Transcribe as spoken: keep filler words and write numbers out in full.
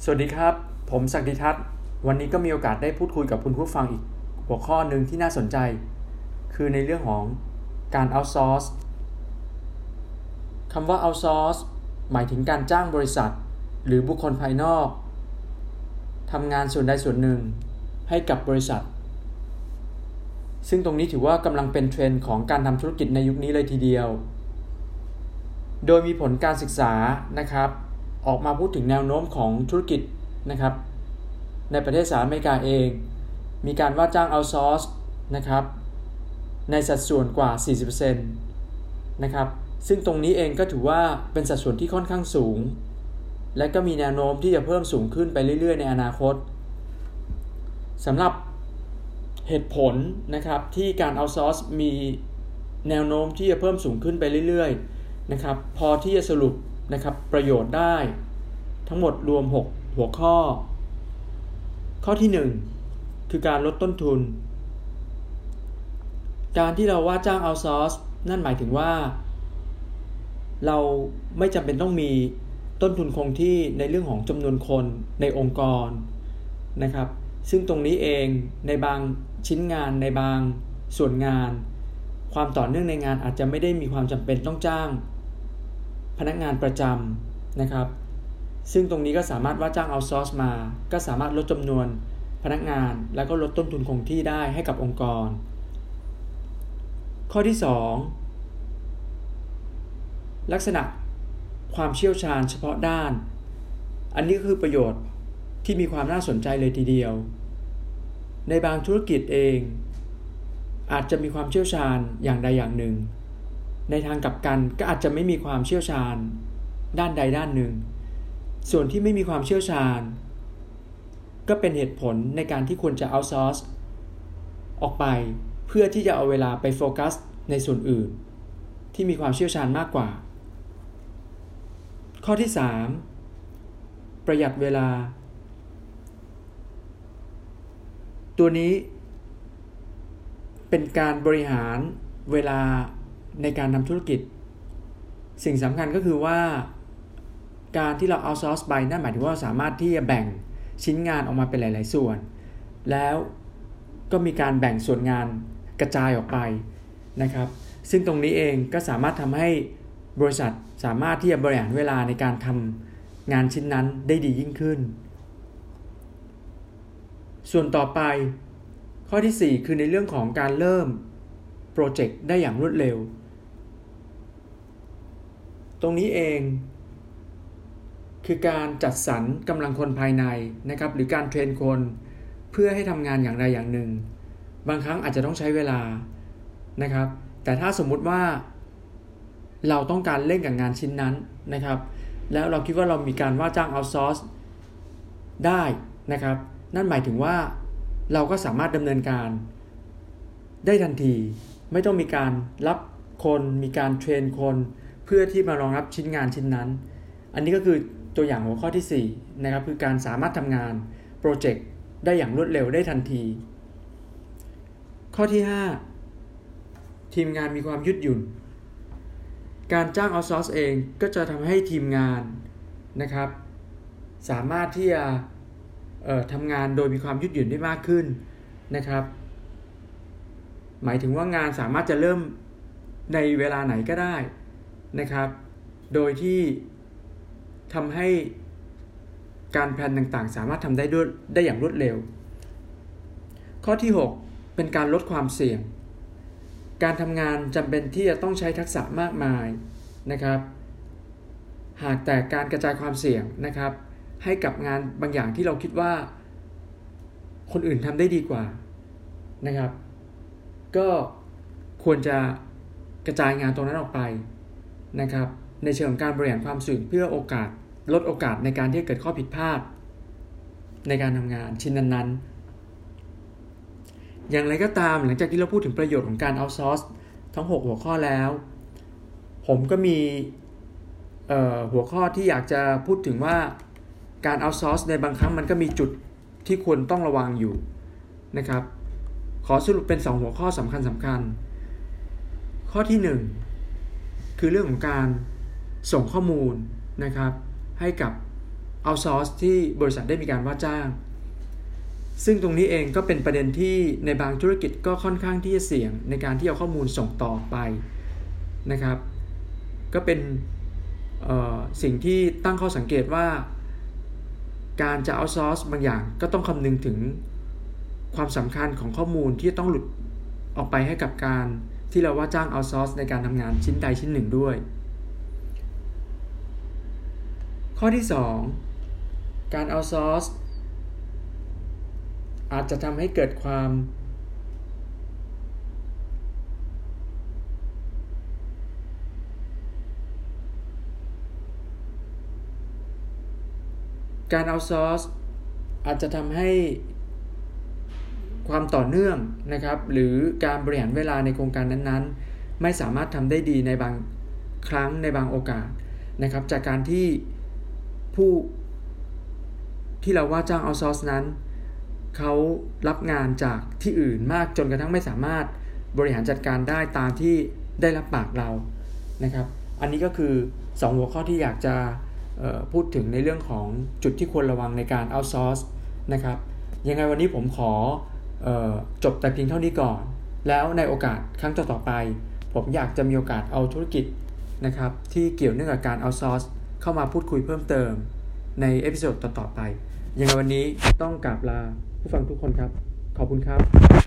สวัสดีครับผมศักดิทัศน์วันนี้ก็มีโอกาสได้พูดคุยกับคุณผู้ฟังอีกหัวข้อหนึ่งที่น่าสนใจคือในเรื่องของการ outsource คำว่า outsource หมายถึงการจ้างบริษัทหรือบุคคลภายนอกทำงานส่วนใดส่วนหนึ่งให้กับบริษัทซึ่งตรงนี้ถือว่ากำลังเป็นเทรนด์ของการทำธุรกิจในยุคนี้เลยทีเดียวโดยมีผลการศึกษานะครับออกมาพูดถึงแนวโน้มของธุรกิจนะครับในประเทศสหรัฐอเมริกาเองมีการว่าจ้าง outsource นะครับในสัดส่วนกว่า สี่สิบเปอร์เซ็นต์ นะครับซึ่งตรงนี้เองก็ถือว่าเป็นสัดส่วนที่ค่อนข้างสูงและก็มีแนวโน้มที่จะเพิ่มสูงขึ้นไปเรื่อยๆในอนาคตสำหรับเหตุผลนะครับที่การ outsource มีแนวโน้มที่จะเพิ่มสูงขึ้นไปเรื่อยๆนะครับพอที่จะสรุปนะครับประโยชน์ได้ทั้งหมดรวมหกหัวข้อข้อที่หนึ่งคือการลดต้นทุนการที่เราว่าจ้าง outsource นั่นหมายถึงว่าเราไม่จำเป็นต้องมีต้นทุนคงที่ในเรื่องของจำนวนคนในองค์กรนะครับซึ่งตรงนี้เองในบางชิ้นงานในบางส่วนงานความต่อเนื่องในงานอาจจะไม่ได้มีความจำเป็นต้องจ้างพนักงานประจำนะครับซึ่งตรงนี้ก็สามารถว่าจ้าง outsource มาก็สามารถลดจำนวนพนักงานแล้วก็ลดต้นทุนคงที่ได้ให้กับองค์กรข้อที่สองลักษณะความเชี่ยวชาญเฉพาะด้านอันนี้คือประโยชน์ที่มีความน่าสนใจเลยทีเดียวในบางธุรกิจเองอาจจะมีความเชี่ยวชาญอย่างใดอย่างหนึ่งในทางกลับกันก็อาจจะไม่มีความเชี่ยวชาญด้านใดด้านหนึ่งส่วนที่ไม่มีความเชี่ยวชาญก็เป็นเหตุผลในการที่ควรจะ outsource ออกไปเพื่อที่จะเอาเวลาไปโฟกัสในส่วนอื่นที่มีความเชี่ยวชาญมากกว่าข้อที่สามประหยัดเวลาตัวนี้เป็นการบริหารเวลาในการทำธุรกิจสิ่งสำคัญก็คือว่าการที่เรา outsource ไปนั่นหมายถึงว่าสามารถที่จะแบ่งชิ้นงานออกมาเป็นหลายๆส่วนแล้วก็มีการแบ่งส่วนงานกระจายออกไปนะครับซึ่งตรงนี้เองก็สามารถทำให้บริษัทสามารถที่จะบริหารเวลาในการทำงานชิ้นนั้นได้ดียิ่งขึ้นส่วนต่อไปข้อที่สี่คือในเรื่องของการเริ่มโปรเจกต์ได้อย่างรวดเร็วตรงนี้เองคือการจัดสรรกำลังคนภายในนะครับหรือการเทรนคนเพื่อให้ทำงานอย่างใดอย่างหนึ่งบางครั้งอาจจะต้องใช้เวลานะครับแต่ถ้าสมมุติว่าเราต้องการเร่งกับงานชิ้นนั้นนะครับแล้วเราคิดว่าเรามีการว่าจ้าง outsource ได้นะครับนั่นหมายถึงว่าเราก็สามารถดำเนินการได้ทันทีไม่ต้องมีการรับคนมีการเทรนคนเพื่อที่มารองรับชิ้นงานชิ้นนั้นอันนี้ก็คือตัวอย่างหัวข้อที่สี่นะครับคือการสามารถทำงานโปรเจกต์ได้อย่างรวดเร็วได้ทันทีข้อที่ห้าทีมงานมีความยืดหยุ่นการจ้าง outsource เองก็จะทำให้ทีมงานนะครับสามารถที่จะเอ่อทำงานโดยมีความยืดหยุ่นได้มากขึ้นนะครับหมายถึงว่างานสามารถจะเริ่มในเวลาไหนก็ได้นะครับโดยที่ทำให้การแพลนต่างๆสามารถทำได้ด้วยได้อย่างรวดเร็วข้อที่หกเป็นการลดความเสี่ยงการทำงานจำเป็นที่จะต้องใช้ทักษะมากมายนะครับหากแต่การกระจายความเสี่ยงนะครับให้กับงานบางอย่างที่เราคิดว่าคนอื่นทำได้ดีกว่านะครับก็ควรจะกระจายงานตรงนั้นออกไปนะครับในเชิงของการบริหารความเสี่ยงเพื่อโอกาสลดโอกาสในการที่จะเกิดข้อผิดพลาดในการทำงานชิ้นนั้นๆอย่างไรก็ตามหลังจากที่เราพูดถึงประโยชน์ของการ outsource ทั้งหกหัวข้อแล้วผมก็มีหัวข้อที่อยากจะพูดถึงว่าการ outsource ในบางครั้งมันก็มีจุดที่ควรต้องระวังอยู่นะครับขอสรุปเป็นสองหัวข้อสำคัญสำคัญข้อที่หนึ่งคือเรื่องของการส่งข้อมูลนะครับให้กับ outsource ที่บริษัทได้มีการว่าจ้างซึ่งตรงนี้เองก็เป็นประเด็นที่ในบางธุรกิจก็ค่อนข้างที่จะเสี่ยงในการที่เอาข้อมูลส่งต่อไปนะครับก็เป็นสิ่งที่ตั้งข้อสังเกตว่าการจะ outsource บางอย่างก็ต้องคำนึงถึงความสำคัญของข้อมูลที่ต้องหลุดออกไปให้กับการที่เราว่าจ้าง outsource ในการทำงานชิ้นใดชิ้นหนึ่งด้วยข้อที่สองการ outsource อาจจะทำให้เกิดความการ outsource อาจจะทำให้ความต่อเนื่องนะครับหรือการบริหารเวลาในโครงการนั้นๆไม่สามารถทำได้ดีในบางครั้งในบางโอกาสนะครับจากการที่ผู้ที่เราว่าจ้าง outsource นั้นเขารับงานจากที่อื่นมากจนกระทั่งไม่สามารถบริหารจัดการได้ตามที่ได้รับปากเรานะครับอันนี้ก็คือสองหัวข้อที่อยากจะพูดถึงในเรื่องของจุดที่ควรระวังในการ outsource นะครับยังไงวันนี้ผมขอเอ่อจบแต่เพียงเท่านี้ก่อนแล้วในโอกาสครั้งต่อๆไปผมอยากจะมีโอกาสเอาธุรกิจนะครับที่เกี่ยวเนื่องกับการ outsource เข้ามาพูดคุยเพิ่มเติมในเอพิโซดต่อๆไปยังไงวันนี้ต้องกราบลาผู้ฟังทุกคนครับขอบคุณครับ